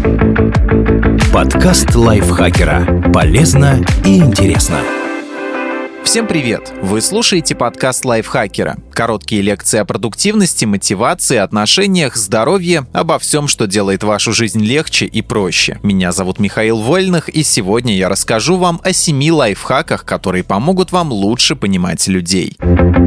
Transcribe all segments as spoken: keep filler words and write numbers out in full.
Подкаст лайфхакера. Полезно и интересно. Всем привет! Вы слушаете подкаст лайфхакера. Короткие лекции о продуктивности, мотивации, отношениях, здоровье, обо всем, что делает вашу жизнь легче и проще. Меня зовут Михаил Вольных, и сегодня я расскажу вам о семи лайфхаках, которые помогут вам лучше понимать людей.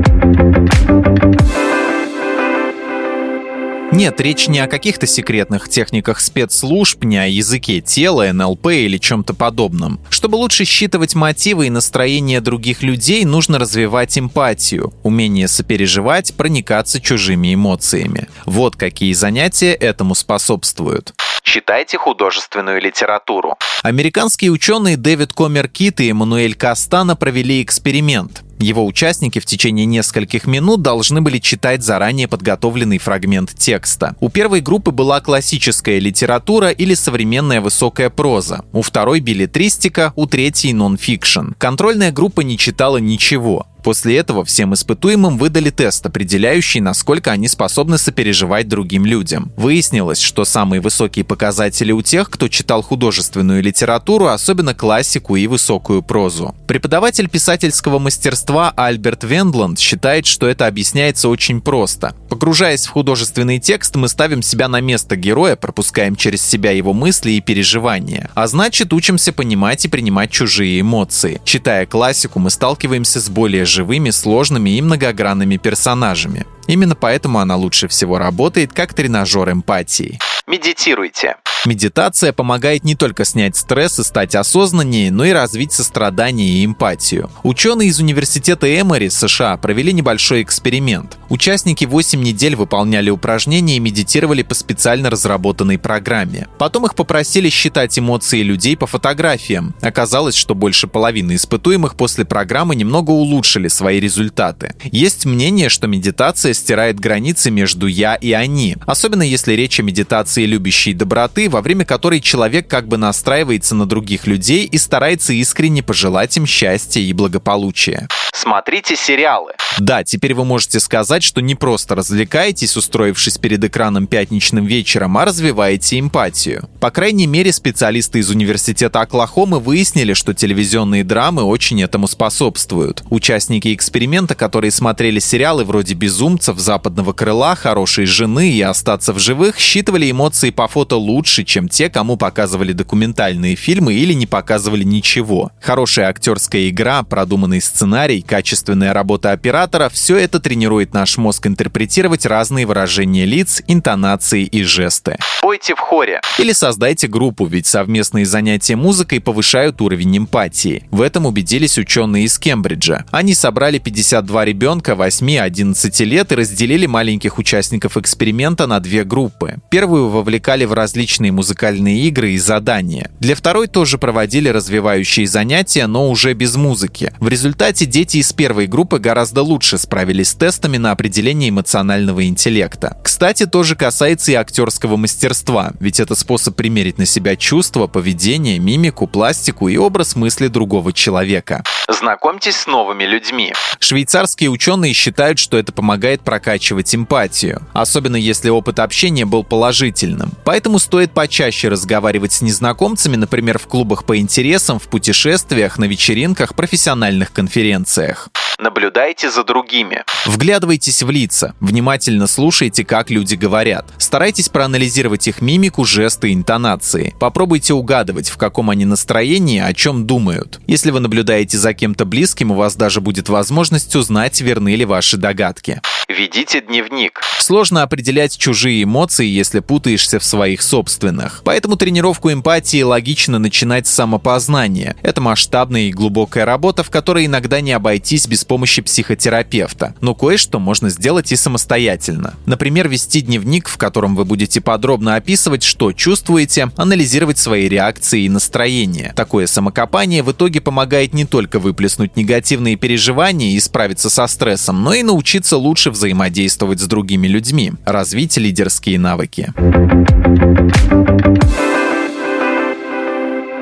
Нет, речь не о каких-то секретных техниках спецслужб, не о языке тела, эн эл пэ или чем-то подобном. Чтобы лучше считывать мотивы и настроения других людей, нужно развивать эмпатию, умение сопереживать, проникаться чужими эмоциями. Вот какие занятия этому способствуют. Читайте художественную литературу. Американские ученые Дэвид Комер-Кит и Эммануэль Кастана провели эксперимент. Его участники в течение нескольких минут должны были читать заранее подготовленный фрагмент текста. У первой группы была классическая литература или современная высокая проза, у второй — беллетристика, у третьей — нон-фикшн. Контрольная группа не читала ничего. После этого всем испытуемым выдали тест, определяющий, насколько они способны сопереживать другим людям. Выяснилось, что самые высокие показатели у тех, кто читал художественную литературу, особенно классику и высокую прозу. Преподаватель писательского мастерства Альберт Вендланд считает, что это объясняется очень просто. Погружаясь в художественный текст, мы ставим себя на место героя, пропускаем через себя его мысли и переживания. А значит, учимся понимать и принимать чужие эмоции. Читая классику, мы сталкиваемся с более живыми, сложными и многогранными персонажами. Именно поэтому она лучше всего работает как тренажер эмпатии. Медитируйте. Медитация помогает не только снять стресс и стать осознаннее, но и развить сострадание и эмпатию. Ученые из университета Эмори, США, провели небольшой эксперимент. Участники восемь недель выполняли упражнения и медитировали по специально разработанной программе. Потом их попросили считать эмоции людей по фотографиям. Оказалось, что больше половины испытуемых после программы немного улучшили свои результаты. Есть мнение, что медитация стирает границы между «я» и «они», особенно если речь о медитации любящей доброты, во время которой человек как бы настраивается на других людей и старается искренне пожелать им счастья и благополучия. Смотрите сериалы. Да, теперь вы можете сказать, что не просто развлекаетесь, устроившись перед экраном пятничным вечером, а развиваете эмпатию. По крайней мере, специалисты из университета Оклахомы выяснили, что телевизионные драмы очень этому способствуют. Участники эксперимента, которые смотрели сериалы вроде «Безумцев», «Западного крыла», «Хорошей жены» и «Остаться в живых», считывали эмоции по фото лучше, чем те, кому показывали документальные фильмы или не показывали ничего. Хорошая актерская игра, продуманный сценарий, качественная работа оператора — все это тренирует наш мозг интерпретировать разные выражения лиц, интонации и жесты. Пойте в хоре. Или создайте группу, ведь совместные занятия музыкой повышают уровень эмпатии. В этом убедились ученые из Кембриджа. Они собрали пятьдесят два ребенка восьми-одиннадцати лет и разделили маленьких участников эксперимента на две группы. Первую вовлекали в различные музыкальные игры и задания. Для второй тоже проводили развивающие занятия, но уже без музыки. В результате дети из первой группы гораздо лучше справились с тестами на определение эмоционального интеллекта. Кстати, тоже касается и актерского мастерства, ведь это способ примерить на себя чувства, поведение, мимику, пластику и образ мысли другого человека. Знакомьтесь с новыми людьми. Швейцарские ученые считают, что это помогает прокачивать эмпатию, особенно если опыт общения был положительным. Поэтому стоит почаще разговаривать с незнакомцами, например, в клубах по интересам, в путешествиях, на вечеринках, профессиональных конференциях. Наблюдайте за другими. Вглядывайтесь в лица, внимательно слушайте, как люди говорят. Старайтесь проанализировать их мимику, жесты, интонации. Попробуйте угадывать, в каком они настроении, о чем думают. Если вы наблюдаете за кем-то близким, у вас даже будет возможность узнать, верны ли ваши догадки. Ведите дневник. Сложно определять чужие эмоции, если путаешься в своих собственных. Поэтому тренировку эмпатии логично начинать с самопознания. Это масштабная и глубокая работа, в которой иногда не обойтись без помощи психотерапевта. Но кое-что можно сделать и самостоятельно. Например, вести дневник, в котором вы будете подробно описывать, что чувствуете, анализировать свои реакции и настроения. Такое самокопание в итоге помогает не только выплеснуть негативные переживания и справиться со стрессом, но и научиться лучше взаимодействовать с другими людьми, развить лидерские навыки.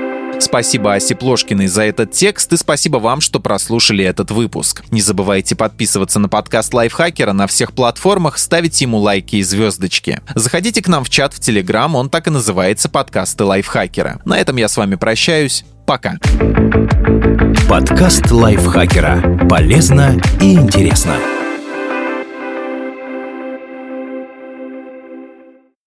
Спасибо Асе Плошкиной за этот текст и спасибо вам, что прослушали этот выпуск. Не забывайте подписываться на подкаст Лайфхакера на всех платформах, ставить ему лайки и звездочки. Заходите к нам в чат в Телеграм, он так и называется «Подкасты Лайфхакера». На этом я с вами прощаюсь. Пока. Подкаст Лайфхакера. Полезно и интересно.